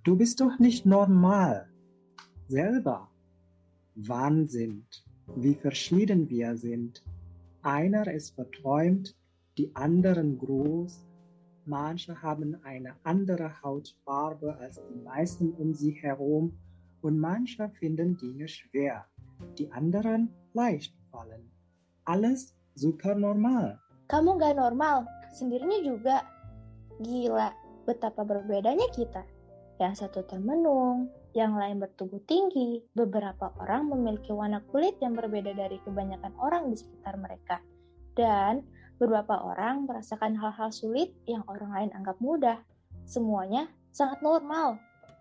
Du bist doch nicht normal. Selber. Wahnsinn, wie verschieden wir sind. Einer ist verträumt, die anderen groß. Manche haben eine andere Hautfarbe als die meisten um sie herum und manche finden Dinge schwer, die anderen leicht fallen. Alles super normal. Kamu gak normal, sendirinya juga. Gila, betapa berbedanya kita. Yang satu termenung, yang lain bertubuh tinggi. Beberapa orang memiliki warna kulit yang berbeda dari kebanyakan orang di sekitar mereka. Dan beberapa orang merasakan hal-hal sulit yang orang lain anggap mudah. Semuanya sangat normal.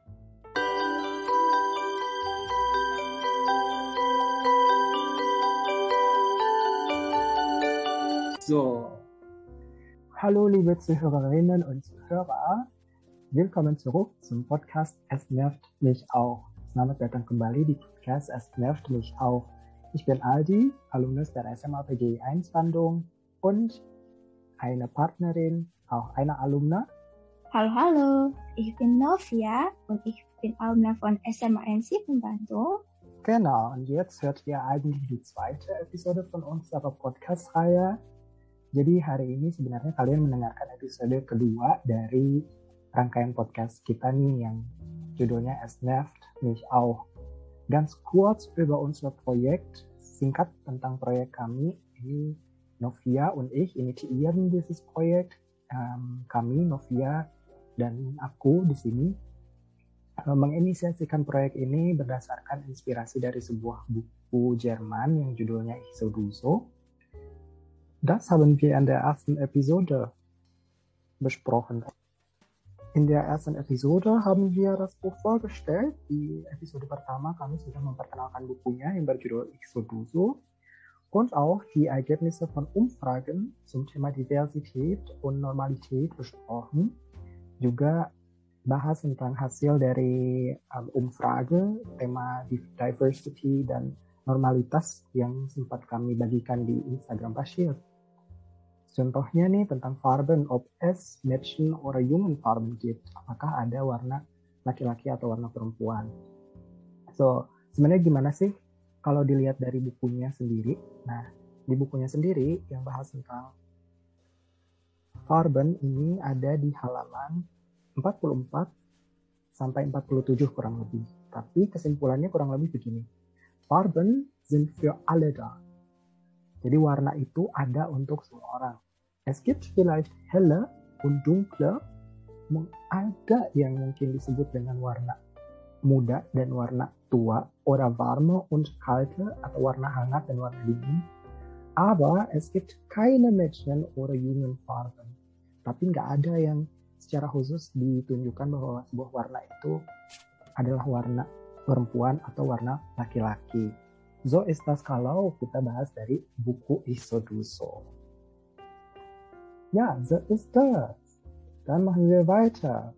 So, Hallo liebe Zuhörerinnen und Zuhörer, willkommen zurück zum Podcast Es nervt mich auch. Selamat datang kembali di podcast Es nervt mich auch. Ich bin Aldi, Alumnus der SMA PGI 1 Bandung und eine Partnerin, auch eine Alumna. Hallo, ich bin Novia und ich bin Alumna von SMA 1 Bandung. Genau, und jetzt hört ihr eigentlich die zweite Episode von unserer Podcast-Reihe. Jadi hari ini sebenarnya kalian mendengarkan episode kedua dari rangkaian podcast kita nih yang judulnya Es nervt mich auch. Ganz kurz über unser Projekt, singkat tentang proyek kami. Ini Novia und ich initiieren dieses Projekt. Kami, Novia dan aku di sini menginisiasikan proyek ini berdasarkan inspirasi dari sebuah buku Jerman yang judulnya Ich so du so. Das haben wir in der ersten Episode besprochen. In der ersten Episode haben wir das Buch vorgestellt. Di episode pertama kami sudah memperkenalkan bukunya yang berjudul Ich so du so und auch die Ergebnisse von Umfragen zum Thema Diversität und Normalität besprochen. Juga bahas tentang hasil dari umfrage, tema diversity dan normalitas yang sempat kami bagikan di Instagram Bashir. Contohnya nih tentang Farben, ob es Mädchen oder Jungenfarben gibt. Apakah ada warna laki-laki atau warna perempuan? So, sebenarnya gimana sih kalau dilihat dari bukunya sendiri? Nah, di bukunya sendiri yang bahas tentang Farben ini ada di halaman 44 sampai 47 kurang lebih. Tapi kesimpulannya kurang lebih begini. Farben sind für alle da. Jadi warna itu ada untuk semua orang. Es gibt vielleicht helle und dunkle. Ada yang mungkin disebut dengan warna muda dan warna tua. Oder warme und kalte atau warna hangat dan warna dingin. Aber es gibt keine Mädchen oder Jungenfarben. Tapi nggak ada yang secara khusus ditunjukkan bahwa sebuah warna itu adalah warna perempuan atau warna laki-laki. So ist das kalau kita bahas dari buku Ich so du so. Ja, so ist das. Dann machen wir weiter.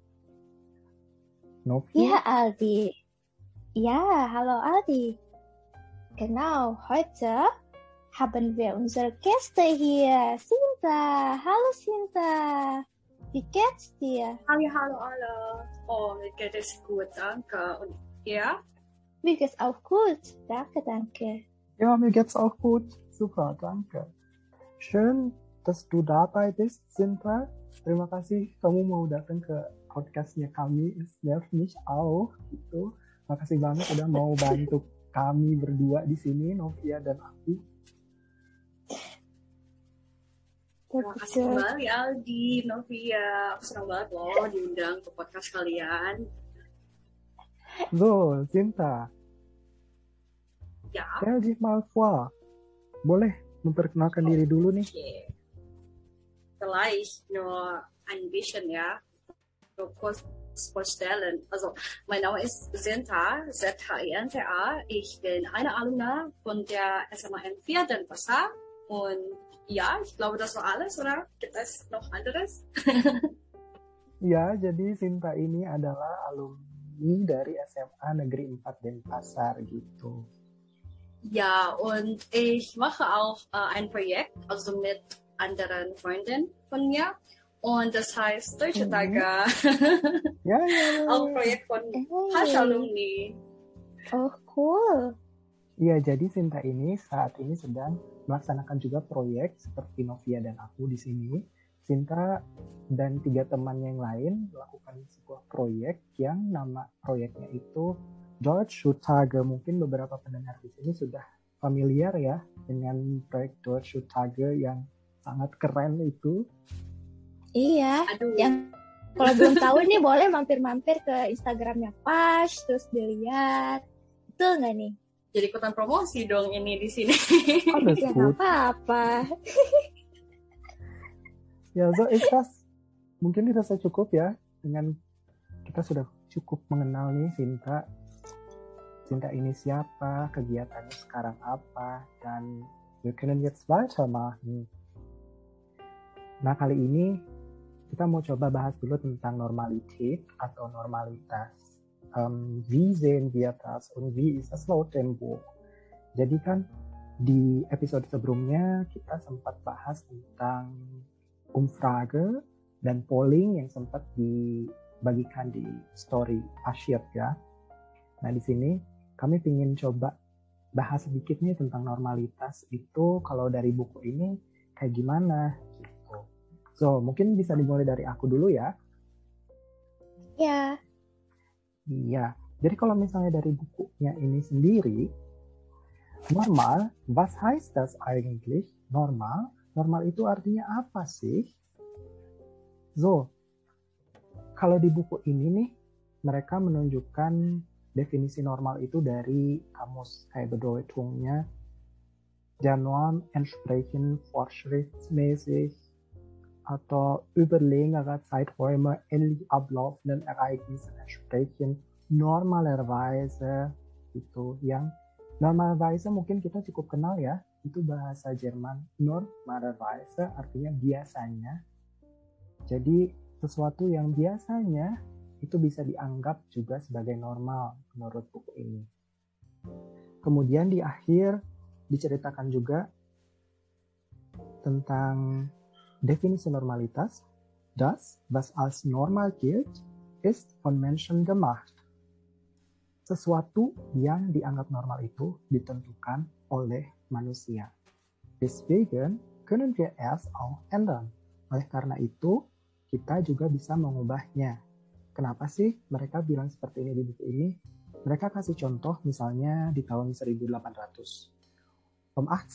Novia? Ja, Aldi. Ja, hallo Aldi. Genau, heute haben wir unsere Gäste hier. Sinta. Hallo Sinta. Wie geht's dir? Hallo. Oh, mir geht es gut, danke. Und ihr? Mir geht's auch gut. Danke. Ja, mir geht's auch gut. Super, danke. Schön, dass du dabei bist, Sinta. Terima kasih kamu mau datang ke podcastnya kami. Es nervt mich auch. Gitu. Makasih banget udah mau bantu kami berdua di sini, Novia dan aku. Terima kasih kembali Aldi, Novia. Aku senang banget loh diundang ke podcast kalian. So, Sinta. Ja. Stell dich mal vor. Boleh memperkenalkan diri dulu nih. Okay. Vielleicht nur ein bisschen, ja. So kurz vorstellen. Also, mein Name ist Sinta, Z-H-I-N-T-A. Ich bin eine Alumna von der SMA 4 Denpasar. Und ja, ich glaube, das war alles, oder? Gibt es noch anderes? Ya, jadi Sinta ini adalah alumni dari SMA Negeri 4 Denpasar gitu. Ja, und ich mache auch ein Projekt, also mit anderen Freunden von mir. Und das heißt Deutsche Tage. Ya. Auch Projekt von Alumni. Oh, cool. Iya, jadi Sinta ini saat ini sedang melaksanakan juga proyek seperti Novia dan aku di sini. Sinta dan 3 teman yang lain melakukan sebuah proyek yang nama proyeknya itu Deutsche Tage. Mungkin beberapa pendengar di sini sudah familiar ya dengan proyek Deutsche Tage yang sangat keren itu. Iya. Aduh. Yang kalau belum tahu nih boleh mampir-mampir ke Instagramnya Pash, terus dilihat. Betul nggak nih? Jadi ikutan promosi dong ini di sini. Alles Ya gut. nggak apa-apa. Ya, so ist das. Mungkin dirasa cukup ya dengan kita sudah cukup mengenal nih Sinta. Sinta ini siapa, kegiatannya sekarang apa, dan wir können jetzt weitermachen. Nah, kali ini kita mau coba bahas dulu tentang normalität atau normalitas. Wie sehen wir das und wie ist das laut dem Buch? Jadi kan di episode sebelumnya kita sempat bahas tentang Umfrage dan polling yang sempat dibagikan di story Asyir ya. Nah, di sini kami ingin coba bahas sedikit nih tentang normalitas itu kalau dari buku ini kayak gimana gitu. So, mungkin bisa dimulai dari aku dulu ya. Ya. Iya. Jadi kalau misalnya dari bukunya ini sendiri, normal, was heißt das eigentlich? Normal? Normal itu artinya apa sih? So, kalau di buku ini nih, mereka menunjukkan definisi normal itu dari kamus kayak Bedeutungnya. Der Norm entsprechen vorschriftsmäßig atau über längere Zeiträume ähnlich ablaufenden Ereignissen entsprechen normalerweise gitu. Yang normalerweise mungkin kita cukup kenal ya, itu bahasa Jerman. Normalerweise artinya biasanya. Jadi sesuatu yang biasanya itu bisa dianggap juga sebagai normal menurut buku ini. Kemudian di akhir diceritakan juga tentang definisi normalitas. Das, was als normal gilt, ist von Menschen gemacht. Sesuatu yang dianggap normal itu ditentukan oleh manusia. Deswegen können wir es auch ändern. Oleh karena itu, kita juga bisa mengubahnya. Kenapa sih mereka bilang seperti ini di buku ini? Mereka kasih contoh misalnya di tahun 1800.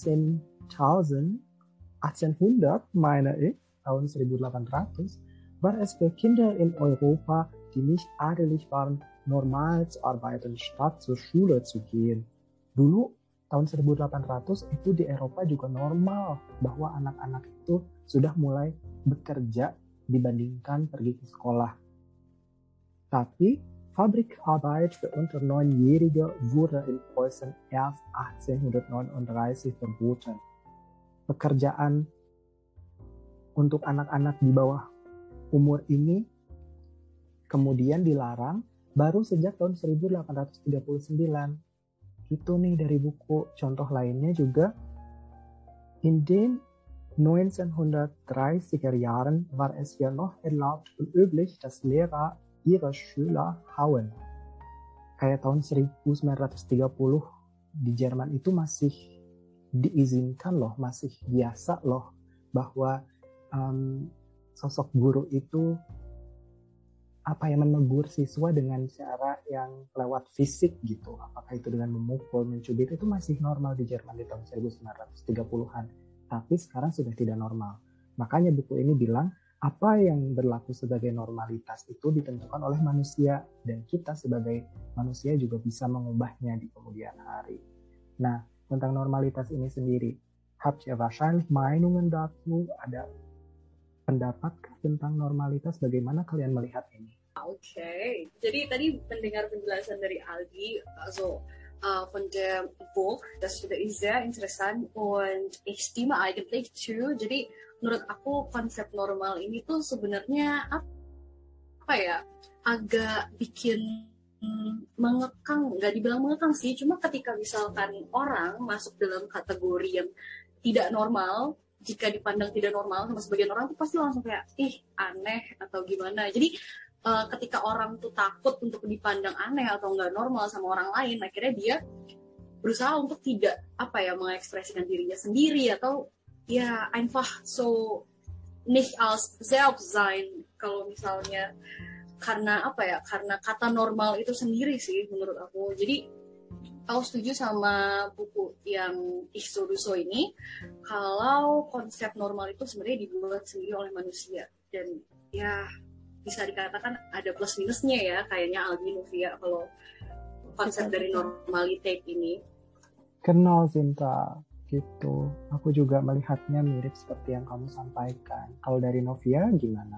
1800 meine ich, tahun 1800, war es für Kinder in Europa, die nicht adelig waren, normal zu arbeiten, statt zur Schule zu gehen. Dulu, tahun 1800 itu di Eropa juga normal bahwa anak-anak itu sudah mulai bekerja dibandingkan pergi ke sekolah. Tapi Fabrikarbeit für unter 9-Jährige wurde in Preußen erst 1839 verboten. Pekerjaan untuk anak-anak di bawah umur ini kemudian dilarang baru sejak tahun 1839. Itu nih dari buku. Contoh lainnya juga, in den 1930er Jahren war es ja noch erlaubt und üblich, dass Lehrer ihre Schüler hauen. Kayak tahun 1930 di Jerman itu masih diizinkan loh, masih biasa loh bahwa sosok guru itu menegur siswa dengan cara yang lewat fisik gitu. Apakah itu dengan memukul, mencubit, itu masih normal di Jerman di tahun 1930-an. Tapi sekarang sudah tidak normal. Makanya buku ini bilang apa yang berlaku sebagai normalitas itu ditentukan oleh manusia dan kita sebagai manusia juga bisa mengubahnya di kemudian hari. Nah, tentang normalitas ini sendiri, habt ihr wahrscheinlich Meinungen dazu? Ada pendapat tentang normalitas? Bagaimana kalian melihat ini? Okay, jadi tadi mendengar penjelasan dari Algi, also von dem Buch, das finde ich sehr interessant und ich stimme eigentlich zu. Jadi menurut aku konsep normal ini tuh sebenarnya apa ya, agak bikin mengekang, nggak dibilang mengekang sih, cuma ketika misalkan orang masuk dalam kategori yang tidak normal, jika dipandang tidak normal sama sebagian orang tuh pasti langsung kayak ih aneh atau gimana. Jadi ketika orang tuh takut untuk dipandang aneh atau nggak normal sama orang lain, akhirnya dia berusaha untuk tidak mengekspresikan dirinya sendiri atau ya einfach so nicht als selbst sein. Kalau misalnya karena karena kata normal itu sendiri sih menurut aku. Jadi aku setuju sama buku yang Ich so du so ini, kalau konsep normal itu sebenarnya dibuat sendiri oleh manusia, dan ya bisa dikatakan ada plus minusnya ya kayaknya Albi, Novia, kalau konsep dari normalitate ini. Kenal Sinta, gitu. Aku juga melihatnya mirip seperti yang kamu sampaikan. Kalau dari Novia gimana?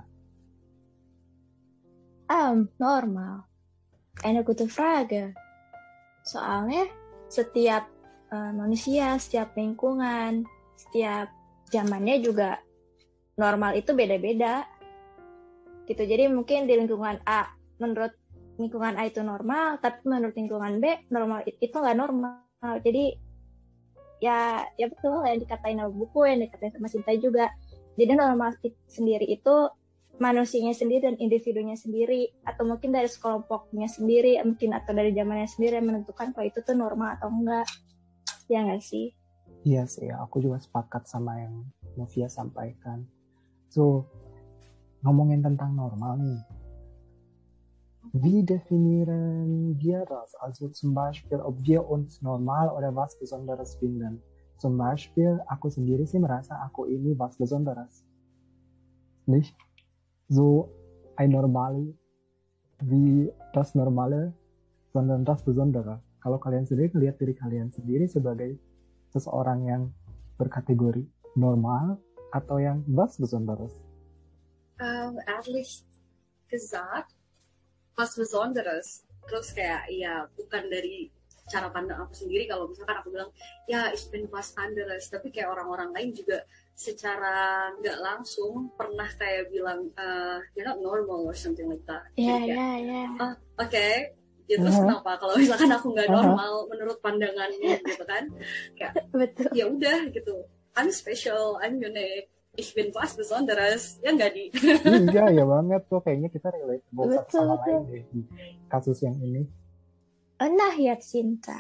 Normal. Eine gute Frage. Soalnya setiap manusia, setiap lingkungan, setiap zamannya juga normal itu beda-beda. Gitu. Jadi mungkin di lingkungan A, menurut lingkungan A itu normal, tapi menurut lingkungan B, normal itu nggak normal. Jadi ya betul yang dikatain sama buku, yang dikatain sama Sinta juga. Jadi normal sendiri itu manusianya sendiri dan individunya sendiri, atau mungkin dari sekelompoknya sendiri, mungkin atau dari zamannya sendiri yang menentukan kalau itu tuh normal atau enggak. Ya nggak sih? Iya sih, aku juga sepakat sama yang Novia sampaikan. So, ngomongin tentang normal nih. Wie definieren wir das? Also zum Beispiel, ob wir uns normal oder was Besonderes finden. Zum Beispiel, aku sendiri sih merasa aku ini was Besonderes. Nicht so ein Normale wie das Normale, sondern das Besondere. Kalau kalian sendiri lihat diri kalian sendiri sebagai seseorang yang berkategori normal atau yang was Besonderes? Ehrlich gesagt, was Besonderes. Terus kayak ya bukan dari cara pandang aku sendiri. Kalau misalkan aku bilang ya ich bin was anderes, tapi kayak orang-orang lain juga secara nggak langsung pernah kayak bilang you're not normal or something like that. Oke. Ya terus kenapa kalau misalkan aku nggak normal menurut pandanganmu gitu kan? Kayak Betul. Ya udah gitu. I'm special, I'm unique. Ich bin was Besonderes, ya nggak di? Iya, ya banget tuh. Kayaknya kita relate satu sama lain deh di kasus yang ini. Nah ya Sinta,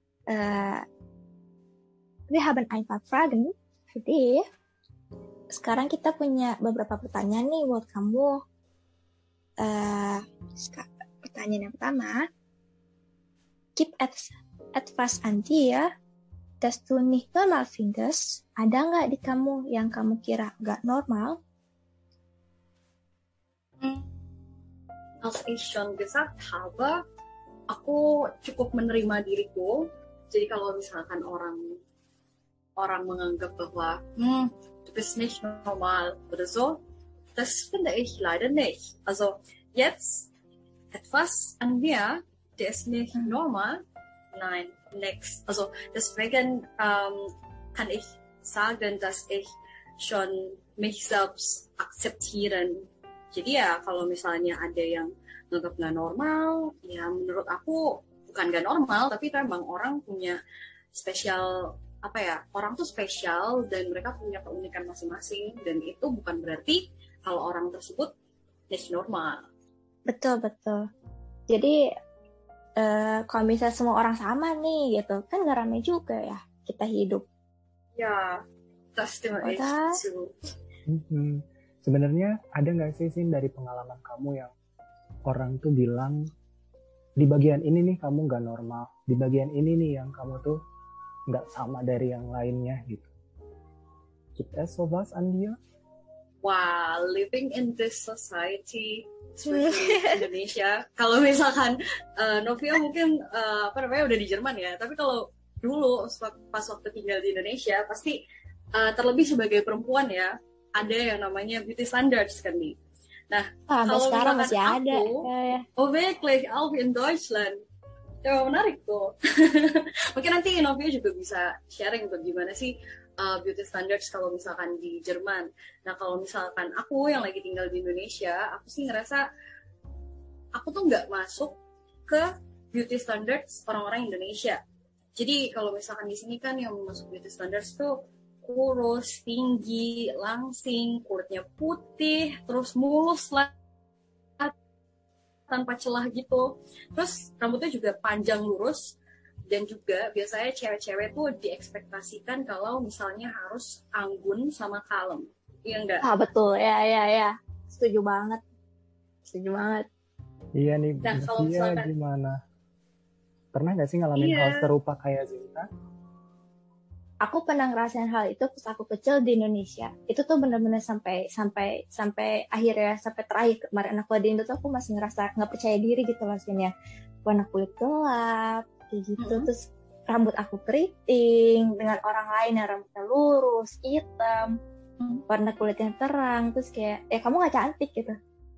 wir haben ein paar Fragen für dich. Sekarang kita punya beberapa pertanyaan nih buat kamu. Pertanyaan yang pertama, gibt es etwas an dir, das du nicht normal findest? Ada nggak di kamu yang kamu kira nggak normal? Als ich schon gesagt habe, aku cukup menerima diriku. Jadi kalau misalkan orang menganggap bahwa du bist nicht normal oder so, das finde ich leider nicht. Also jetzt etwas an mir, der ist nicht normal. Nein, nichts. Also deswegen kann ich sagen, dass ich schon mich selbst akzeptieren. Jadi ya kalau misalnya ada yang nganggap nggak normal, ya menurut aku bukan nggak normal, tapi itu emang orang punya spesial, orang tuh spesial dan mereka punya keunikan masing-masing, dan itu bukan berarti kalau orang tersebut nicht normal. Betul. Jadi kalau misalnya semua orang sama nih gitu, kan nggak ramai juga ya kita hidup. Ya, das stimmt echt so. Sebenarnya ada nggak sih Sin dari pengalaman kamu yang orang tuh bilang di bagian ini nih kamu nggak normal, di bagian ini nih yang kamu tuh nggak sama dari yang lainnya gitu. Gibt es sowas an dir? Wah, living in this society, especially Indonesia. Kalau misalkan Novia mungkin udah di Jerman ya, tapi kalau dulu pas waktu tinggal di Indonesia pasti terlebih sebagai perempuan ya, ada yang namanya beauty standards kan di. Nah, kalau sekarang masih aku, ada. wirklich auch in Deutschland. Ya menarik tuh. Mungkin nanti Novia juga bisa sharing tuh gimana sih beauty standards kalau misalkan di Jerman. Nah, kalau misalkan aku yang lagi tinggal di Indonesia, aku sih ngerasa aku tuh nggak masuk ke beauty standards orang-orang Indonesia. Jadi kalau misalkan di sini kan yang masuk beauty standards tuh kurus, tinggi, langsing, kulitnya putih, terus mulus lah, tanpa celah gitu. Terus rambutnya juga panjang lurus, dan juga biasanya cewek-cewek tuh diekspektasikan kalau misalnya harus anggun sama kalem. Iya enggak? Ah, betul. Ya. Setuju banget. Iya nih, Nah, kalau Dia misalkan gimana? Pernah nggak sih ngalamin Iya. hal serupa kayak Zinta? Aku pernah ngerasain hal itu pas aku kecil di Indonesia. Itu tuh bener-bener sampai akhirnya, sampai terakhir kemarin aku di Indo tuh aku masih ngerasa nggak percaya diri gitu loh, Sin, ya. Warna kulit gelap kayak gitu, terus rambut aku keriting dengan orang lain yang rambutnya lurus, hitam, warna kulitnya terang, terus kayak kamu nggak cantik gitu.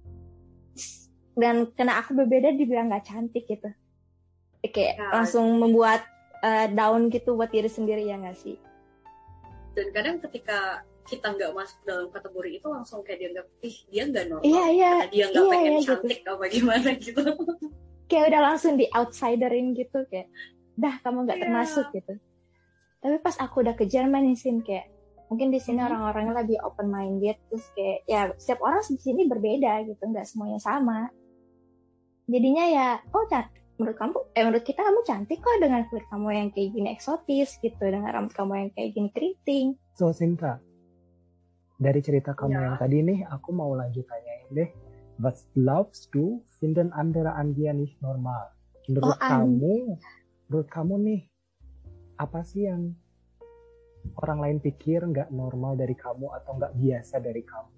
Dan karena aku berbeda dibilang nggak cantik gitu, kayak Ya. langsung membuat down gitu buat diri sendiri, ya nggak sih? Dan kadang ketika kita nggak masuk dalam kategori itu langsung kayak dianggap dia nggak normal, Iya, karena dia nggak pengen gitu. cantik apa gimana gitu. Kayak udah langsung di outsiderin gitu, kayak dah kamu nggak Iya. termasuk gitu. Tapi pas aku udah ke Jerman nih, Sin, kayak mungkin di sini orang-orangnya lebih open minded, terus kayak ya setiap orang di sini berbeda gitu, nggak semuanya sama. Jadinya ya menurut kita kamu cantik kok dengan kulit kamu yang kayak gini eksotis gitu, dengan rambut kamu yang kayak gini keriting. So Sinta, dari cerita kamu Ya. yang tadi nih, aku mau lanjut tanyain deh. Was glaubst du, finden andere an dir nicht normal? Menurut kamu nih, apa sih yang orang lain pikir nggak normal dari kamu atau nggak biasa dari kamu?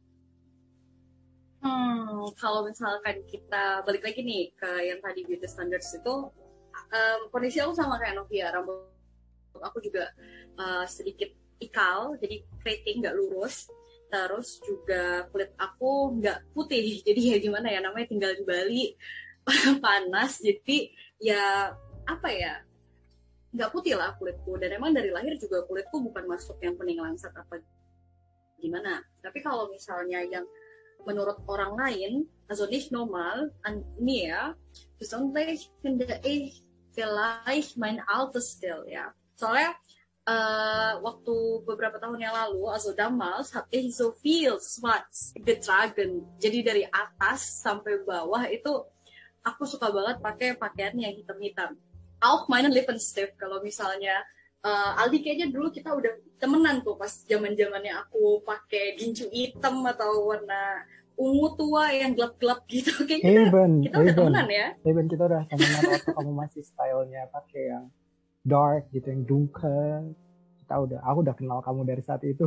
Kalau misalkan kita balik lagi nih ke yang tadi beauty standards itu, kondisi aku sama kayak Novia, rambut aku juga sedikit ikal, jadi keriting, nggak lurus. Terus juga kulit aku nggak putih, jadi ya gimana ya, namanya tinggal di Bali, panas, jadi ya apa ya, nggak putih lah kulitku. Dan emang dari lahir juga kulitku bukan masuk yang kuning langsat apa gimana. Tapi kalau misalnya yang menurut orang lain, also nicht normal an mir, besonders finde ich vielleicht mein altes Stil, ya. Soalnya waktu beberapa tahun yang lalu, also damals, habe ich so viel schwarz getragen. Jadi dari atas sampai bawah itu aku suka banget pakai pakaian yang hitam-hitam. Auch meine Lippenstift, kalau misalnya Aldi kayaknya dulu kita udah temenan tuh pas zaman-zamannya aku pakai gincu hitam atau warna ungu tua yang gelap-gelap gitu. Kayak kita udah temenan ya. Kita udah temenan waktu kamu masih stylenya pakai yang dark gitu, yang dunkel. Aku udah kenal kamu dari saat itu.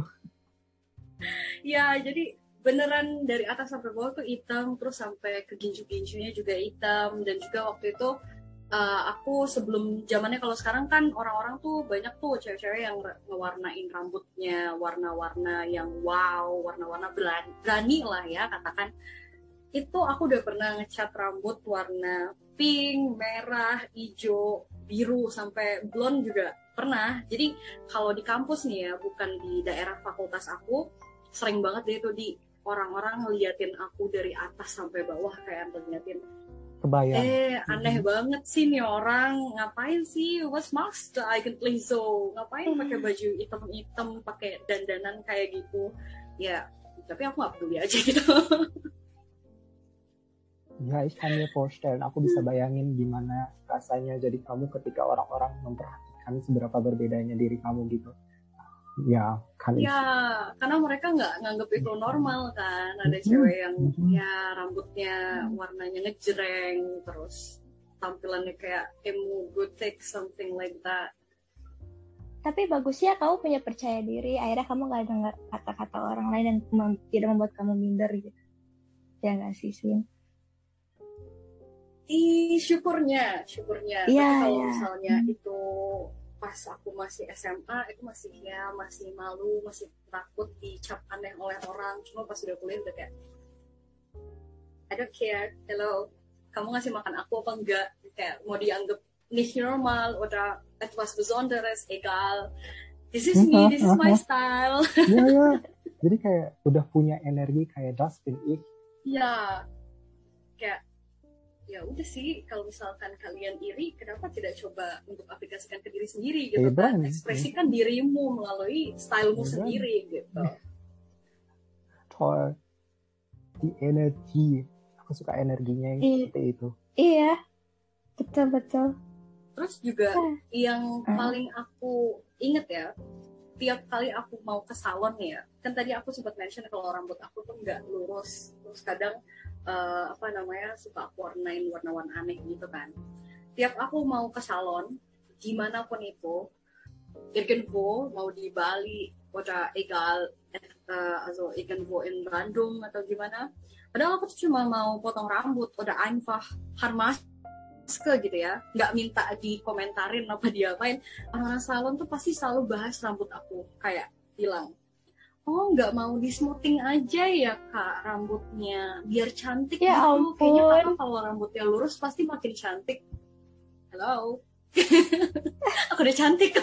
Ya, jadi beneran dari atas sampai bawah tuh hitam, terus sampai ke gincu-gincunya juga hitam. Dan juga waktu itu aku sebelum zamannya, kalau sekarang kan orang-orang tuh banyak tuh cewek-cewek yang ngewarnain rambutnya warna-warna yang wow, warna-warna berani lah ya katakan. Itu aku udah pernah ngecat rambut warna pink, merah, hijau, biru, sampai blonde juga pernah. Jadi kalau di kampus nih ya, bukan di daerah fakultas aku, sering banget deh itu di orang-orang ngeliatin aku dari atas sampai bawah, kayak ngeliatin kebayang. Aneh banget sih nih orang, ngapain sih, was must eigentlich so, ngapain pakai baju hitam-hitam, pakai dandanan kayak gitu. Ya, tapi aku gak peduli aja gitu. Ya, ich kann mir vorstellen, aku bisa bayangin gimana rasanya jadi kamu ketika orang-orang memperhatikan seberapa berbedanya diri kamu gitu. Ya, kan. Ya, karena mereka nggak nganggep itu normal kan. Ada cewek yang ya rambutnya warnanya ngejreng, terus tampilannya kayak emo gothic, something like that. Tapi bagusnya kamu punya percaya diri, akhirnya kamu nggak dengar kata-kata orang lain yang tidak membuat kamu minder gitu. Ya nggak sih, Sin? Syukurnya. Tapi kalau misalnya itu pas aku masih SMA, itu masih malu, masih takut dicap aneh oleh orang. Cuma pas udah kuliah udah kayak I don't care, hello, kamu ngasih makan aku apa enggak, kayak mau dianggap nicht normal oder etwas besonderes, egal, this is me, this is my style. Iya. Jadi kayak udah punya energi kayak das bin ich. Ya, kayak ya udah sih, kalau misalkan kalian iri, kenapa tidak coba untuk aplikasikan ke diri sendiri gitu Hebat. kan, ekspresikan dirimu melalui stylemu Hebat. sendiri gitu. Toll. Die Energie. Aku suka energinya seperti itu. Iya, betul. Terus juga yang paling aku inget ya, tiap kali aku mau ke salon ya, kan tadi aku sempat mention kalau rambut aku tuh nggak lurus, terus kadang suka aku warnain warna-warna aneh gitu kan. Tiap aku mau ke salon dimanapun itu, irgendwo mau di Bali oder egal, also irgendwo in Bandung atau gimana, padahal aku tuh cuma mau potong rambut oder einfach Harmaske gitu ya, nggak minta dikomentarin apa diapain. Orang-orang salon tuh pasti selalu bahas rambut aku, kayak bilang, oh nggak mau di smoothing aja ya kak rambutnya biar cantik Ya gitu. ampun. Kayaknya kakak kalau rambutnya lurus pasti makin cantik. Hello. Aku udah cantik.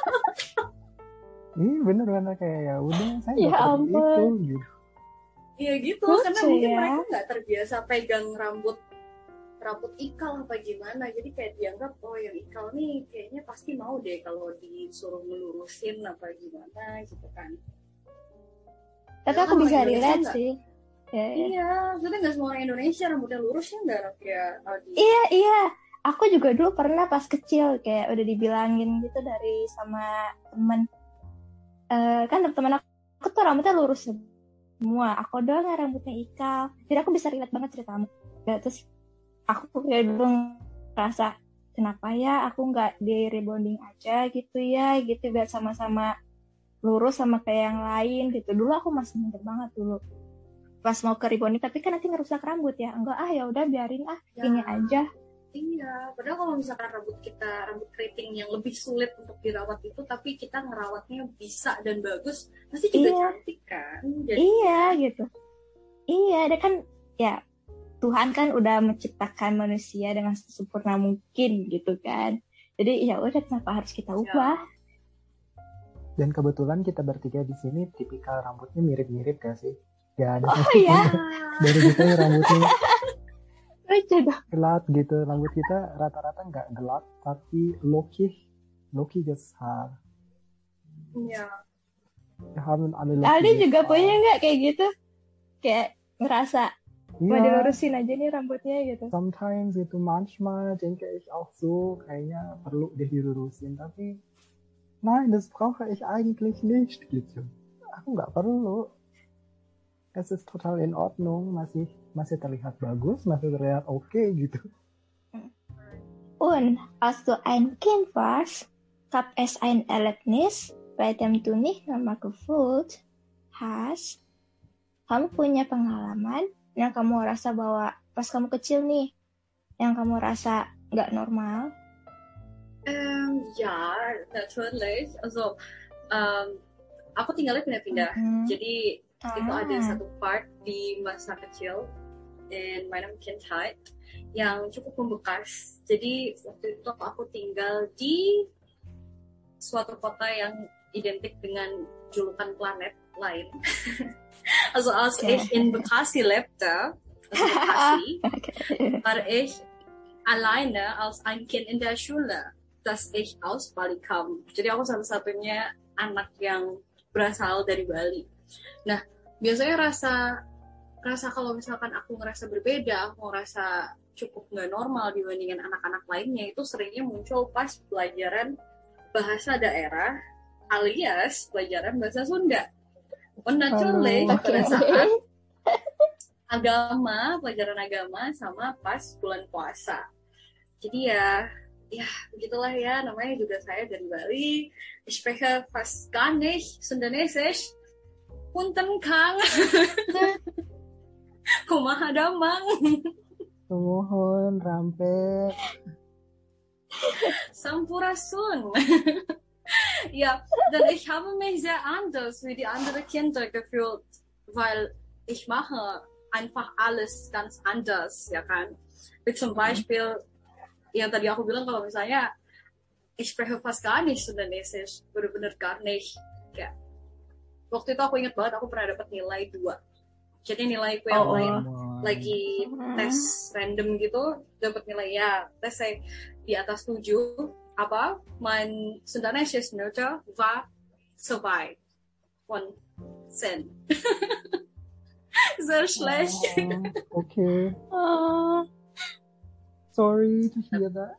Bener-bener kayak ya udah saya Ya nggak seperti itu ampun. gitu. Iya gitu, Lucu karena mungkin ya. mereka nggak terbiasa pegang rambut ikal apa gimana, jadi kayak dianggap oh yang ikal nih kayaknya pasti mau deh kalau disuruh melurusin apa gimana gitu kan. Tapi Karena aku orang bisa Indonesia relate nggak- sih. Ya. Iya, maksudnya nggak semua orang Indonesia rambutnya lurus ya, nggak kayak Aldi. Iya. Aku juga dulu pernah pas kecil kayak udah dibilangin gitu dari sama temen. Kan temen aku tuh rambutnya lurus semua. Aku doang yang rambutnya ikal. Jadi aku bisa relate banget ceritamu. Ya, terus aku kayak dulu ngerasa kenapa ya aku nggak di rebonding aja gitu ya, gitu biar sama-sama lurus sama kayak yang lain gitu. Dulu aku masih minder banget dulu pas mau ke rebonding, tapi kan nanti ngerusak rambut ya. Enggak ya udah biarin Ya. ini aja. Iya, padahal kalau misalkan rambut keriting yang lebih sulit untuk dirawat itu, tapi kita ngerawatnya bisa dan bagus, pasti juga Iya. cantik kan. Jadi Iya gitu. Iya, dia kan ya Tuhan kan udah menciptakan manusia dengan sesempurna mungkin gitu kan. Jadi ya udah kenapa harus kita ubah? Dan kebetulan kita bertiga di sini tipikal rambutnya mirip-mirip gak sih? Gak ada Oh ya, dari kita yang rambutnya lucu dong. gelap gitu. Rambut kita rata-rata nggak gelap tapi lockig Haar. Iya. Wir haben alle Aldi lockiges juga Haar. punya nggak kayak gitu? Kayak ngerasa mau Iya, dilurusin aja nih rambutnya gitu. sometimes itu manchmal denke ich auch so, kayaknya perlu deh dilurusin, tapi nein, das brauche ich eigentlich nicht gitu. Aku nggak perlu. Es ist total in Ordnung, masih terlihat bagus, masih terlihat oke gitu. Und als du ein Kind warst, gab es ein Erlebnis, bei dem du nicht normal gefühlt hast. Kamu punya pengalaman yang kamu rasa bahwa pas kamu kecil nih, yang kamu rasa nggak normal? Ja, natürlich. Also, aku tinggalnya pindah-pindah. Jadi itu ada satu part di masa kecil in meinem Kindheit yang cukup membekas. Jadi waktu itu aku tinggal di suatu kota yang identik dengan julukan planet lain. Also als ich in Bekasi lebte, war ich alleine als ein Kind in der Schule, dass ich aus Bali kam. Jadi aku satu-satunya anak yang berasal dari Bali. Nah, biasanya rasa kalau misalkan aku ngerasa berbeda, aku ngerasa cukup nggak normal dibandingin anak-anak lainnya, itu seringnya muncul pas pelajaran bahasa daerah alias pelajaran bahasa Sunda. Naturally pada saat pelajaran agama sama pas bulan puasa. Jadi ya begitulah ya, namanya juga saya dari Bali. Ich spreche fast gar nicht Sundanesisch. Punten Kang. Kumaha damang. Mohon rampet. Sampurasun. Ja, denn ich habe mich sehr anders wie die anderen Kinder gefühlt, weil ich mache einfach alles ganz anders, ya kan? Wie zum Beispiel, yang tadi aku bilang kalau misalnya ich spreche fast gar nicht Sundanesisch, bener-bener gar nicht. Kayak waktu itu aku ingat banget aku pernah dapat nilai 2. Jadi nilaiku yang lain lagi tes random gitu dapat nilai ya tes saya di atas 7 apa mein Sundanese-Note war 2 1 sehr schlecht. Okay. Sorry to hear that.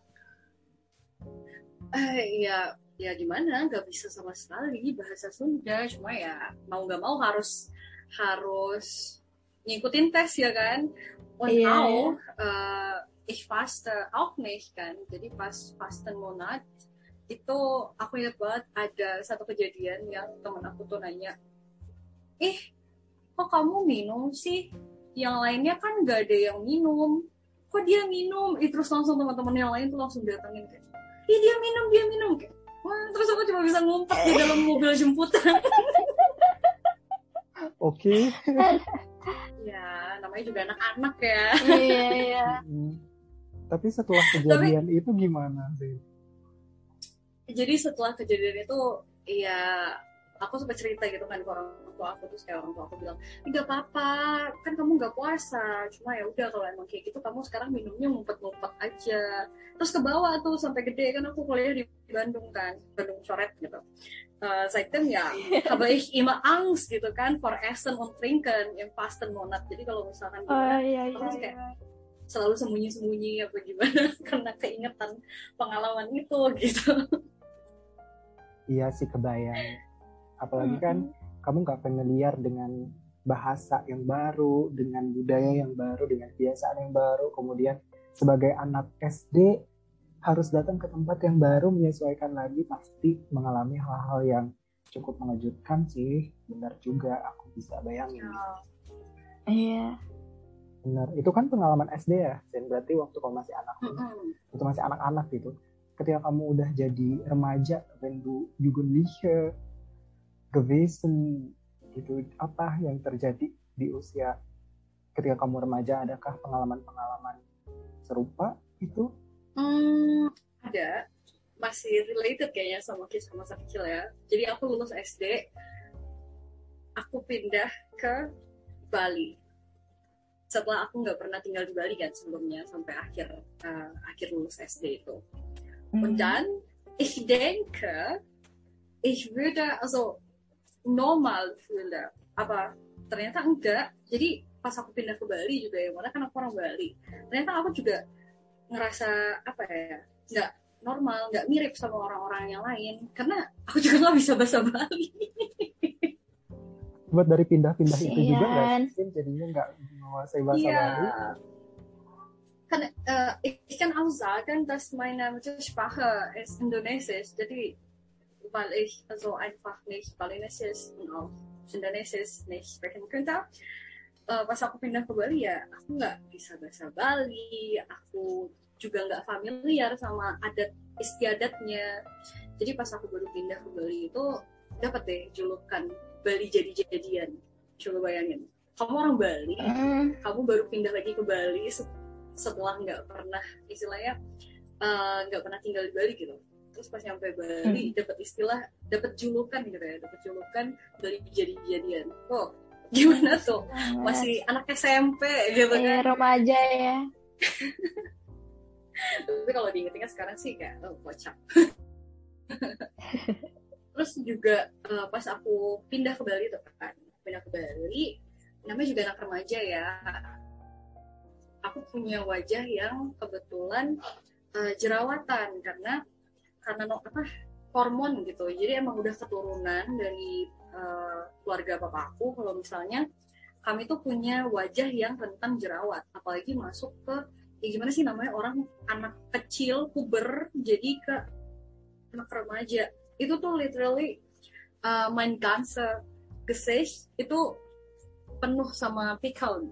Ya gimana, nggak bisa sama sekali bahasa Sunda, cuma ya mau nggak mau harus ngikutin tes ya kan. Und auch ich faste auch nicht kan, jadi pas Fastenmonat itu aku ingat banget ada satu kejadian yang teman aku tuh nanya, kok kamu minum sih, yang lainnya kan nggak ada yang minum, kok dia minum. Terus langsung teman-teman yang lain tuh langsung datangin kayak, dia minum kayak, terus aku cuma bisa ngumpet di dalam mobil jemputan. Oke. Ya namanya juga anak-anak ya. Iya. Tapi setelah kejadian itu gimana sih? Jadi setelah kejadian itu ya aku sempat cerita gitu kan ke orang tua aku, terus kayak orang tua aku bilang, nggak apa-apa kan kamu nggak puasa, cuma ya udah kalau emang kayak gitu kamu sekarang minumnya ngumpet-ngumpet aja. Terus ke bawah tuh sampai gede kan aku kuliah di Bandung kan, Bandung coret gitu. Seitdem ya habe ich immer Angst gitu kan for Essen und Trinken im Fastenmonat. Jadi kalau misalkan terus kayak selalu sembunyi-sembunyi apa gimana karena keingetan pengalaman itu gitu. Iya sih, kebayang. Apalagi kan kamu gak familiar dengan bahasa yang baru, dengan budaya yang baru, dengan kebiasaan yang baru. Kemudian sebagai anak SD harus datang ke tempat yang baru, menyesuaikan lagi, pasti mengalami hal-hal yang cukup mengejutkan sih. Benar juga, aku bisa bayangin. Iya. Benar, itu kan pengalaman SD ya, dan berarti waktu kamu masih waktu masih anak-anak gitu. Ketika kamu udah jadi remaja, wenn du Jugendliche gewesen gitu, apa yang terjadi di usia ketika kamu remaja? Adakah pengalaman-pengalaman serupa itu? Ada, masih related kayaknya sama kisah masa kecil ya. Jadi aku lulus SD, aku pindah ke Bali. Setelah aku nggak pernah tinggal di Bali kan sebelumnya sampai akhir lulus SD itu. Und dann, ich denke, ich würde also normal fühlen, aber ternyata enggak. Jadi pas aku pindah ke Bali juga, yang mana kan aku orang Bali, ternyata aku juga ngerasa apa ya, nggak normal, nggak mirip sama orang-orang yang lain, karena aku juga nggak bisa bahasa Bali. Buat dari pindah-pindah itu juga nggak sih jadinya nggak menguasai bahasa Bali? Ich kann auch sagen, dass meine Muttersprache ist Indonesisch, jadi weil ich also einfach nicht Balinesisch und auch Sundanesisch nicht sprechen könnte. Pas aku pindah ke Bali ya, aku nggak bisa bahasa Bali, aku juga nggak familiar sama adat istiadatnya. Jadi pas aku baru pindah ke Bali itu dapat deh julukan Bali jadi-jadian. Coba bayangin, kamu orang Bali, kamu baru pindah lagi ke Bali setelah nggak pernah istilahnya nggak pernah tinggal di Bali gitu. Terus pas nyampe Bali dapat julukan gitu ya, dapat julukan Bali jadi-jadian. Oh, gimana tuh? Masih anak SMP gitu kan? Remaja ya. Tapi kalau diinget-inget sekarang sih kayak kocak. Terus juga pas aku pindah ke Bali tuh kan, namanya juga anak remaja ya. Aku punya wajah yang kebetulan jerawatan karena hormon gitu. Jadi emang udah keturunan dari keluarga papaku kalau misalnya kami tuh punya wajah yang rentan jerawat, apalagi masuk ke gimana sih namanya orang anak kecil puber jadi ke anak remaja. Itu tuh literally mein ganze Gesicht itu penuh sama pickle.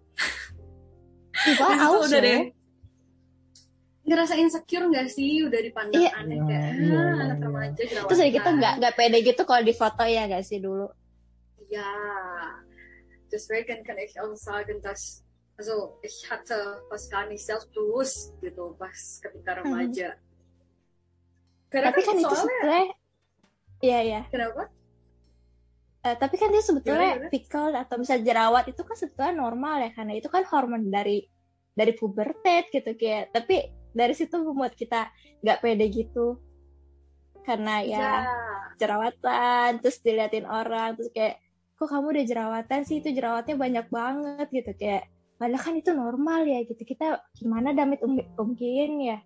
Wah, itu udah deh ngerasa insecure nggak sih, udah dipandang aneh kayak anak remaja jerawatan. Terus kita nggak pede gitu kalau di foto ya nggak sih dulu? Ja, deswegen kann ich auch sagen, dass also ich hatte fast gar nicht selbstbewusst gitu pas ketika remaja. Tapi kan itu sebenarnya, iya. Kenapa? Tapi kan dia sebetulnya Gimana? pickle atau misal jerawat itu kan sebetulnya normal ya, karena itu kan hormon dari pubertas gitu kayak. Tapi dari situ membuat kita nggak pede gitu, karena ya jerawatan, terus diliatin orang, terus kayak kok kamu udah jerawatan sih, itu jerawatnya banyak banget gitu kayak. Padahal kan itu normal ya gitu. Kita gimana damit umgehen ya?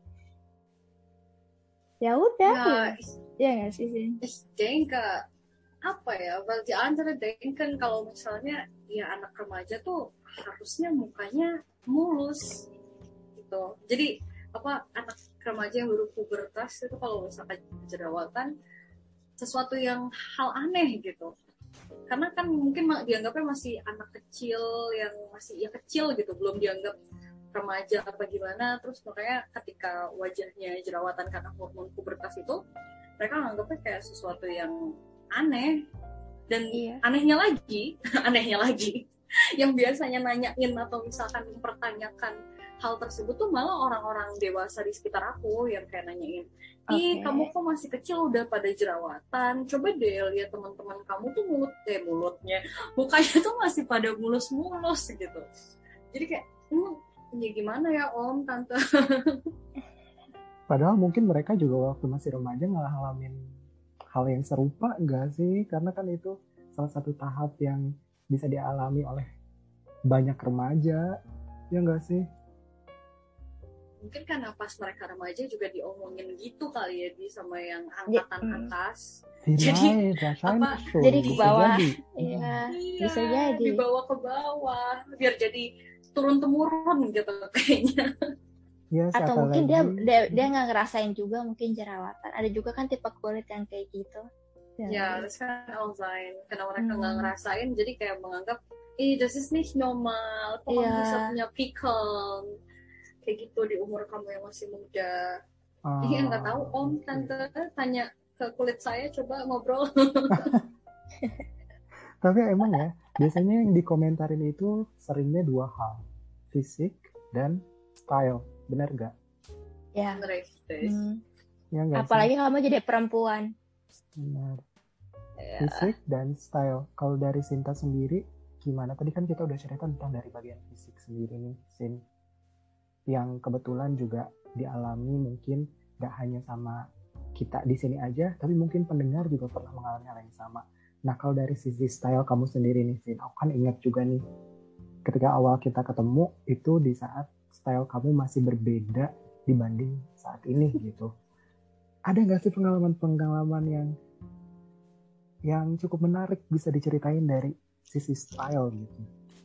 Ya udah ya nggak sih? Ich denke apa ya, weil die andere denken kalau misalnya ya anak remaja tuh harusnya mukanya mulus gitu. Jadi apa, anak remaja yang baru pubertas itu kalau misalkan jerawatan sesuatu yang hal aneh gitu. Karena kan mungkin dianggapnya masih anak kecil yang masih ya kecil gitu, belum dianggap remaja apa gimana. Terus makanya ketika wajahnya jerawatan karena hormon pubertas itu, mereka menganggapnya kayak sesuatu yang aneh. Dan anehnya lagi yang biasanya nanyain atau misalkan mempertanyakan hal tersebut tuh malah orang-orang dewasa di sekitar aku yang kayak nanyain, kamu kok masih kecil udah pada jerawatan, coba deh lihat teman-teman kamu tuh mulutnya mukanya tuh masih pada mulus-mulus gitu. Jadi kayak ya gimana ya om, tante. Padahal mungkin mereka juga waktu masih remaja ngalamin hal yang serupa enggak sih? Karena kan itu salah satu tahap yang bisa dialami oleh banyak remaja, ya enggak sih? Mungkin karena pas mereka remaja juga diomongin gitu kali ya sama yang angkatan atas. Jadi apa? Jadi ke bawah. Iya, bisa jadi. Dibawa ke bawah biar jadi turun temurun gitu kayaknya. Ya, atau mungkin dia nggak ngerasain juga mungkin jerawatan. Ada juga kan tipe kulit yang kayak gitu. Ya, das kan auch sein. Karena mereka nggak ngerasain, jadi kayak menganggap, das ist nicht normal. Kok kamu bisa punya pickle? Kayak gitu di umur kamu yang masih muda. Iya, nggak tahu om, tante, tanya ke kulit saya, coba ngobrol. Tapi emang ya, biasanya yang dikomentarin itu seringnya dua hal, fisik dan style. Benar gak? Ya. Ya gak apalagi sih? kamu jadi perempuan. Benar. Fisik dan style. Kalau dari Sinta sendiri, gimana? Tadi kan kita udah cerita tentang dari bagian fisik sendiri nih, Sin. Yang kebetulan juga dialami mungkin gak hanya sama kita di sini aja, tapi mungkin pendengar juga pernah mengalami hal yang sama. Nah, kalau dari sisi style kamu sendiri nih, Sin, aku kan ingat juga nih, ketika awal kita ketemu, itu di saat style kamu masih berbeda dibanding saat ini gitu. Ada nggak sih pengalaman-pengalaman yang cukup menarik bisa diceritain dari sisi style gitu?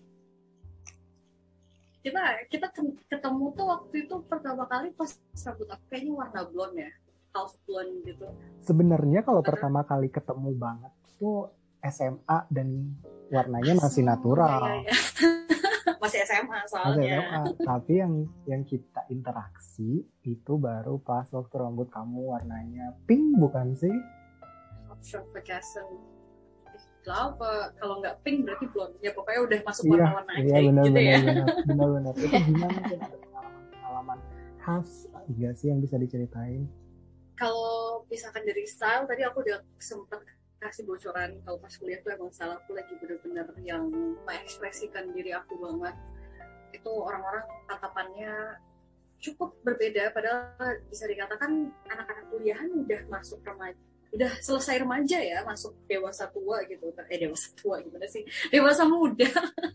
Kita ketemu tuh waktu itu pertama kali pas rambut aku kayaknya warna blonde ya, half blonde gitu. Sebenarnya kalau pertama kali ketemu banget tuh SMA dan warnanya masih natural. Iya. Masih SMA soalnya. Tapi yang kita interaksi itu baru pas waktu rambut kamu warnanya pink, bukan sih? Ich glaube kalau nggak pink berarti blonde. Ya pokoknya udah masuk warna-warna kayak gitu ya. Benar. Itu gimana sih, ada pengalaman khas nggak sih yang bisa diceritain? Kalau misalkan dari style tadi aku udah sempat kasih bocoran kalau pas kuliah tuh emang salah aku lagi bener-bener yang mengekspresikan diri aku banget. Itu orang-orang tatapannya cukup berbeda, padahal bisa dikatakan anak-anak kuliahan udah masuk remaja, udah selesai remaja ya, masuk dewasa tua gitu. Dewasa tua gimana sih? Dewasa muda.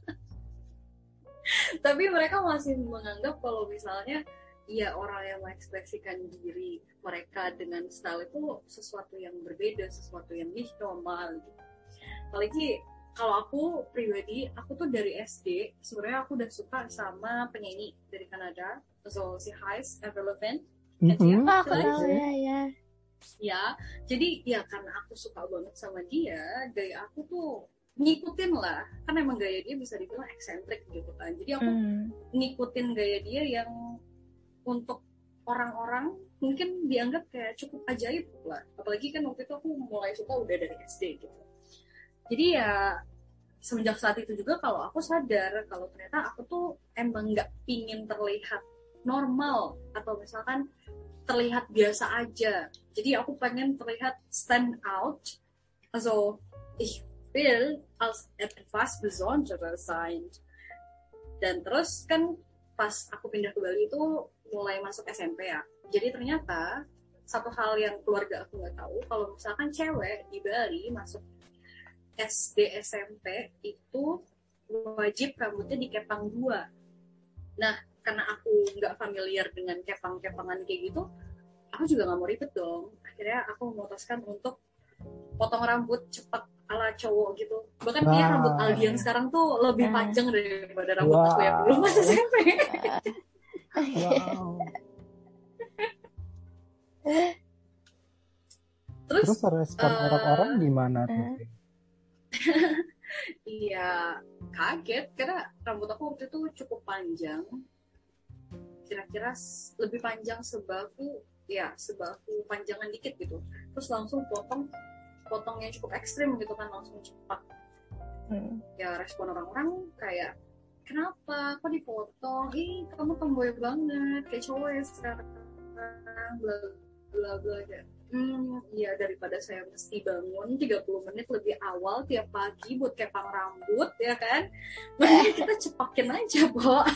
Tapi mereka masih menganggap kalau misalnya ya orang yang mengekspresikan diri mereka dengan style itu sesuatu yang berbeda, sesuatu yang nicht normal gitu. Apalagi kalau aku pribadi, aku tuh dari SD sebenarnya aku udah suka sama penyanyi dari Kanada, so si heißt Avril Lavigne. Ya, jadi ya karena aku suka banget sama dia, gaya aku tuh ngikutin lah, kan emang gaya dia bisa dibilang eksentrik gitu kan. Jadi aku ngikutin gaya dia yang untuk orang-orang mungkin dianggap kayak cukup ajaib lah. Apalagi kan waktu itu aku mulai suka udah dari SD gitu. Jadi ya semenjak saat itu juga kalau aku sadar kalau ternyata aku tuh emang nggak pingin terlihat normal atau misalkan terlihat biasa aja. Jadi aku pengen terlihat stand out. So, will als etwas Besonderes sein. Dan terus kan pas aku pindah ke Bali itu mulai masuk SMP ya. Jadi ternyata satu hal yang keluarga aku nggak tahu, kalau misalkan cewek di Bali masuk SD SMP itu wajib rambutnya dikepang 2. Nah, karena aku nggak familiar dengan kepang-kepangan kayak gitu, aku juga nggak mau ribet dong. Akhirnya aku memutuskan untuk potong rambut cepat ala cowok gitu. Bahkan dia rambut Aldi yang sekarang tuh lebih panjang daripada rambut aku yang dulu pas SMP. Wow. Terus respon orang-orang gimana tuh? Iya, kaget karena rambut aku waktu itu cukup panjang. Kira-kira lebih panjang sebahu panjangan dikit gitu. Terus langsung potongnya cukup ekstrim gitu kan, langsung cepat. Ya respon orang-orang kayak, kenapa kok dipotong? Kamu tomboy banget kayak cowok ya sekarang, bla bla bla. Iya, daripada saya mesti bangun 30 menit lebih awal tiap pagi buat kepang rambut ya kan, mending kita cepakin aja, Bo.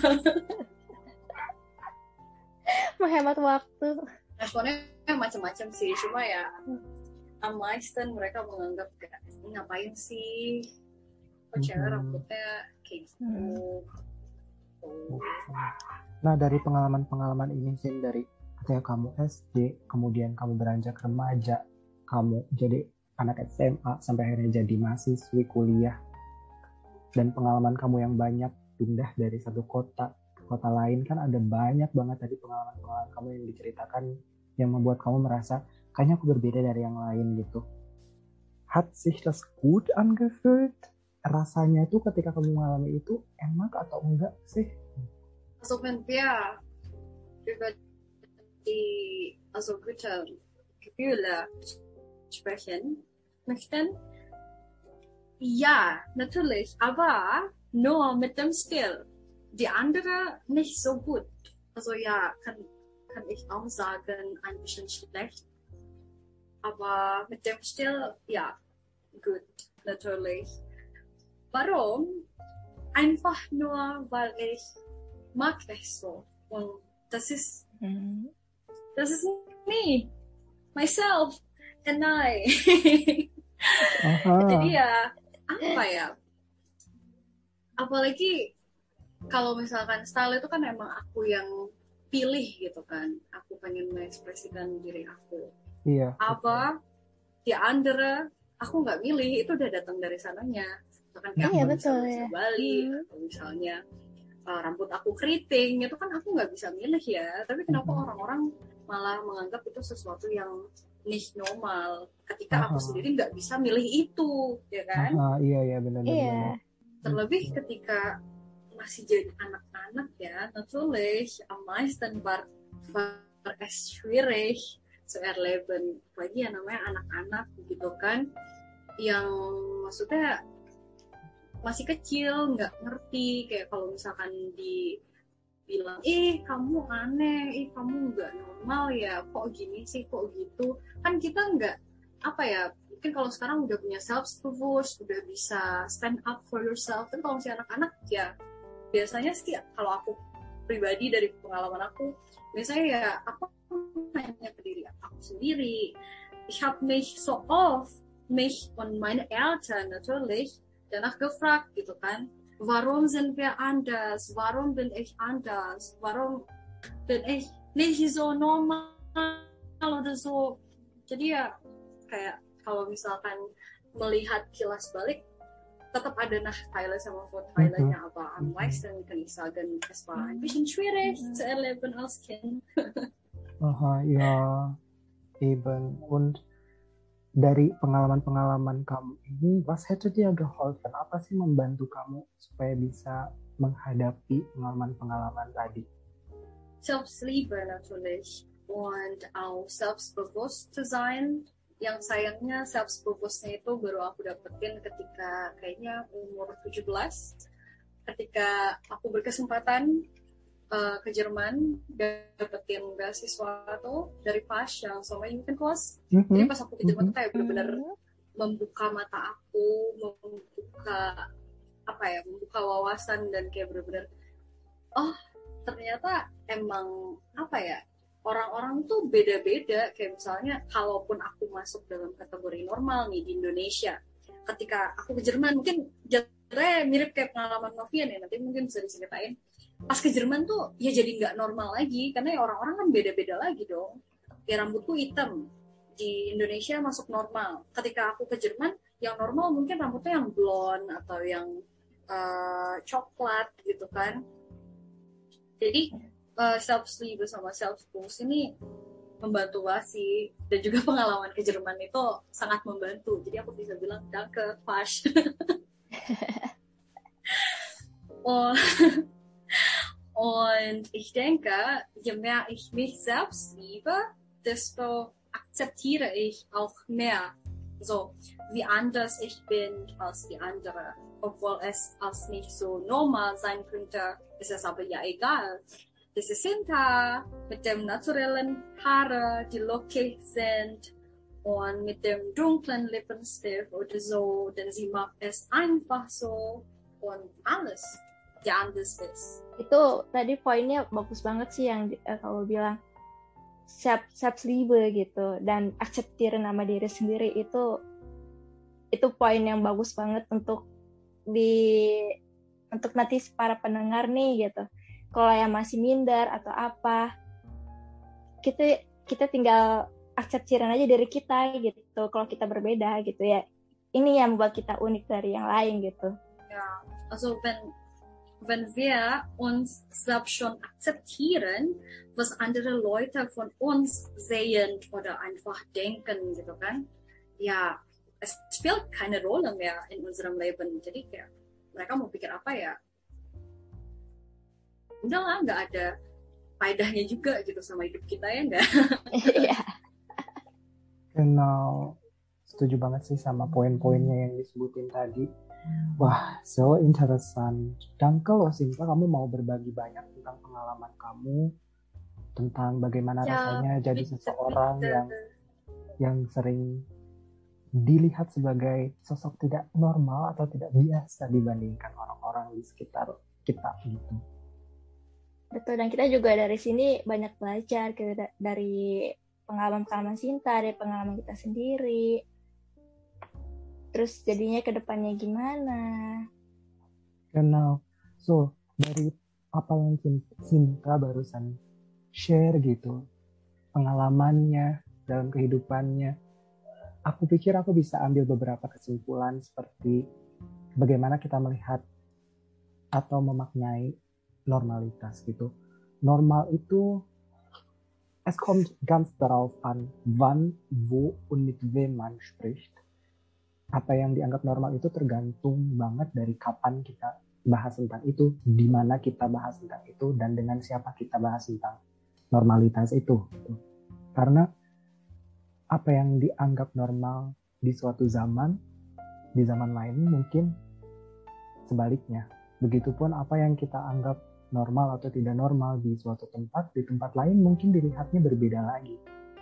Menghemat waktu. Responnya macam-macam sih, cuma ya meisten mereka menganggap kayak, ngapain sih kok cewek rambutnya kayak gitu. Nah, dari pengalaman-pengalaman ini sih, dari ketika kamu SD, kemudian kamu beranjak remaja, kamu jadi anak SMA, sampai akhirnya jadi mahasiswi kuliah, dan pengalaman kamu yang banyak pindah dari satu kota ke kota lain, kan ada banyak banget tadi pengalaman-pengalaman kamu yang diceritakan yang membuat kamu merasa kayaknya aku berbeda dari yang lain gitu. Hat sich das gut angefühlt? Rasanya tuh ketika kamu mengalami itu enak atau enggak sih? Also wenn wir über die gute Gefühle sprechen möchten, ja, natürlich, aber nur mit dem Stil. Die andere nicht so gut. Also ja, kann ich auch sagen, ein bisschen schlecht. Aber mit dem Stil, ja, gut, natürlich. Warum? Einfach nur, weil ich mag es so. Und das ist me, myself, and I. Jadi ya, apa ya? Apalagi kalau misalkan style itu kan emang aku yang pilih gitu kan. Aku pengen mengekspresikan diri aku. Iya. Apa? Di andere, aku nggak milih, itu udah datang dari sananya. Misalkan kayak aku bisa bahasa Bali, atau misalnya rambut aku keriting, itu kan aku nggak bisa milih ya. Tapi kenapa orang-orang malah menganggap itu sesuatu yang nicht normal ketika aku sendiri nggak bisa milih itu, ya kan? Iya benar. Iya. Terlebih ketika masih jadi anak-anak ya, natürlich am meisten war es schwierig zu erleben, apalagi yang namanya anak-anak gitu kan, yang maksudnya masih kecil, nggak ngerti, kayak kalau misalkan dibilang, kamu aneh, kamu nggak normal ya, kok gini sih, kok gitu, kan kita nggak, apa ya, mungkin kalau sekarang udah punya self-bewusst, udah bisa stand up for yourself, kan kalau masih anak-anak ya, biasanya sih, kalau aku pribadi dari pengalaman aku, biasanya ya, aku nanya ke diri aku sendiri, ich habe mich so oft, mich und meine Eltern natürlich, danach gefragt gitu kan, warum sind wir anders, warum bin ich anders, warum bin ich nicht so normal oder so. Jadi ya kayak kalau misalkan melihat kilas balik, tetap ada Nachteile sama Vorteile-nya, aber am meisten kann ich sagen, es war ein bisschen schwierig zu erleben als Kind. Ja, eben. Und dari pengalaman-pengalaman kamu ini, was hätte dir geholfen? Apa sih membantu kamu supaya bisa menghadapi pengalaman-pengalaman tadi? Selbstliebe natürlich und auch selbstbewusst zu sein. Yang sayangnya selbstbewusstnya itu baru aku dapetin ketika kayaknya umur 17, ketika aku berkesempatan ke Jerman, dapetin beasiswa tuh dari PAS yang sama Jugendkurs. Jadi pas aku ke Jerman tuh kayak bener-bener membuka mata aku, membuka wawasan, dan kayak bener-bener ternyata emang orang-orang tuh beda-beda. Kayak misalnya kalaupun aku masuk dalam kategori normal nih di Indonesia, ketika aku ke Jerman mungkin jatuhnya mirip kayak pengalaman Novian ya, nanti mungkin bisa diceritain. Pas ke Jerman tuh ya jadi nggak normal lagi, karena ya orang-orang kan beda-beda lagi dong. Kayak rambutku hitam, di Indonesia masuk normal. Ketika aku ke Jerman, yang normal mungkin rambutnya yang blonde atau yang coklat gitu kan. Jadi self-sleeve sama self-pose ini membantu banget sih. Dan juga pengalaman ke Jerman itu sangat membantu. Jadi aku bisa bilang, danke, Fash. Und ich denke, je mehr ich mich selbst liebe, desto akzeptiere ich auch mehr, so wie anders ich bin als die andere. Obwohl es als nicht so normal sein könnte, ist es aber ja egal. Diese Sinta mit dem naturellen Haare, die lockig sind, und mit dem dunklen Lippenstift oder so, denn sie macht es einfach so und alles, die anders ist. Itu tadi poinnya bagus banget sih yang kalau bilang Selbstliebe gitu, dan akseptir nama diri sendiri, itu poin yang bagus banget untuk nanti para pendengar nih gitu. Kalau yang masih minder atau apa, kita tinggal akseptirin aja diri kita gitu. Kalau kita berbeda gitu ya, ini yang membuat kita unik dari yang lain gitu. Ja, also wenn wir uns selbst schon akzeptieren, was andere Leute von uns sehen oder einfach denken gitu kan, ja, es spielt keine Rolle mehr in unserem Leben. Jadi kayak mereka mau pikir apa ya, udahlah, nggak ada faedahnya juga gitu sama hidup kita, ya nggak? Iya. Genau, setuju banget sih sama poin-poinnya yang disebutin tadi. Wah, so interessant. Danke loh Sinta, kamu mau berbagi banyak tentang pengalaman kamu, tentang bagaimana rasanya jadi seseorang yang sering dilihat sebagai sosok tidak normal atau tidak biasa dibandingkan orang-orang di sekitar kita gitu. Betul, dan kita juga dari sini banyak belajar dari pengalaman-pengalaman Sinta, dari pengalaman kita sendiri. Terus jadinya ke depannya gimana? Genau. So, dari apa yang Sinta barusan share gitu, pengalamannya dalam kehidupannya, aku pikir aku bisa ambil beberapa kesimpulan seperti bagaimana kita melihat atau memaknai normalitas gitu. Normal itu, es kommt ganz darauf an, wann, wo und mit wem man spricht. Apa yang dianggap normal itu tergantung banget dari kapan kita bahas tentang itu, di mana kita bahas tentang itu, dan dengan siapa kita bahas tentang normalitas itu. Karena apa yang dianggap normal di suatu zaman, di zaman lain mungkin sebaliknya. Begitupun apa yang kita anggap normal atau tidak normal di suatu tempat, di tempat lain mungkin dilihatnya berbeda lagi.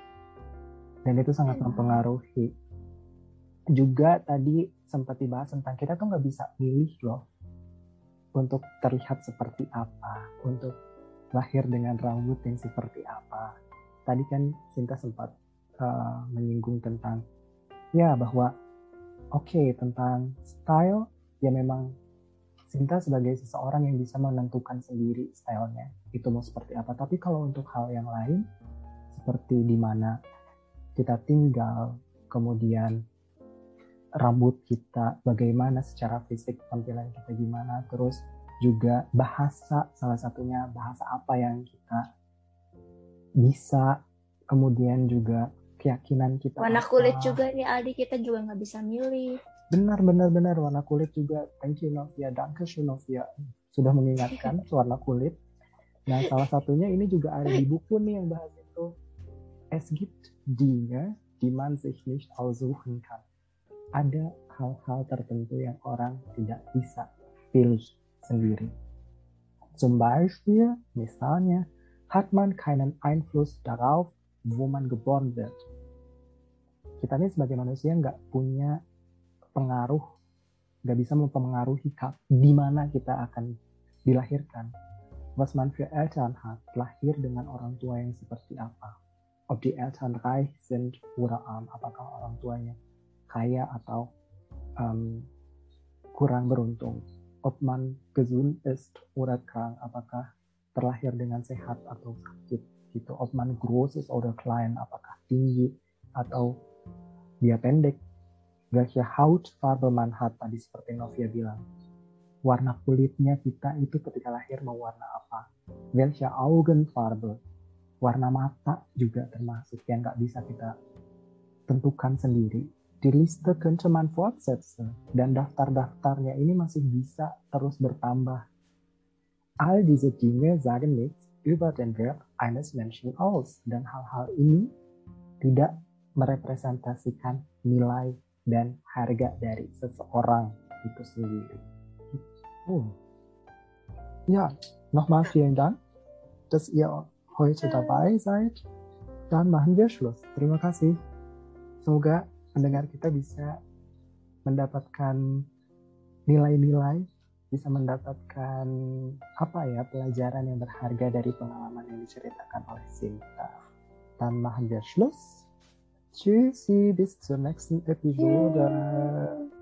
Dan itu sangat mempengaruhi. Juga tadi sempat dibahas tentang kita tuh nggak bisa milih loh untuk terlihat seperti apa, untuk lahir dengan rambut yang seperti apa. Tadi kan Sinta sempat menyinggung tentang ya bahwa tentang style, ya memang Sinta sebagai seseorang yang bisa menentukan sendiri stylenya itu mau seperti apa. Tapi kalau untuk hal yang lain seperti di mana kita tinggal, kemudian rambut kita bagaimana, secara fisik tampilan kita gimana, terus juga bahasa, salah satunya bahasa apa yang kita bisa, kemudian juga keyakinan kita warna apa. Kulit juga nih Aldi, kita juga nggak bisa milih. Benar, warna kulit juga. Thank you Novia, danke schön Novia sudah mengingatkan warna kulit. Nah, salah satunya ini juga ada di buku nih yang bahas itu. Es gibt Dinge, die man sich nicht aussuchen kann. Ada hal-hal tertentu yang orang tidak bisa pilih sendiri. Zum Beispiel, misalnya, hat man keinen Einfluss darauf, wo man geboren wird. kita nih sebagai manusia nggak punya pengaruh, nggak bisa mempengaruhi di mana kita akan dilahirkan. Was man für Eltern hat, lahir dengan orang tua yang seperti apa. Ob die Eltern reich sind oder arm, apakah orang tuanya kaya atau kurang beruntung. Ob man gesund ist oder krank, apakah terlahir dengan sehat atau sakit gitu. Ob man groß ist oder klein, apakah tinggi atau dia pendek. Welche Hautfarbe man hat, tadi seperti Novia bilang. Warna kulitnya kita itu ketika lahir mau warna apa. Welche Augenfarbe, warna mata juga termasuk yang nggak bisa kita tentukan sendiri. Die Liste könnte man fortsetzen, dan daftar-daftarnya ini masih bisa terus bertambah. All diese Dinge sagen nichts über den Wert eines Menschen aus, dan hal-hal ini tidak merepresentasikan nilai dan harga dari seseorang itu sendiri. Ja, nochmal vielen Dank, dass ihr heute dabei seid. Dann machen wir Schluss. Terima kasih. Semoga pendengar kita bisa mendapatkan nilai-nilai, bisa mendapatkan pelajaran yang berharga dari pengalaman yang diceritakan oleh Sinta. Dann machen wir Schluss. Tschüssi, bis zur nächsten Episode.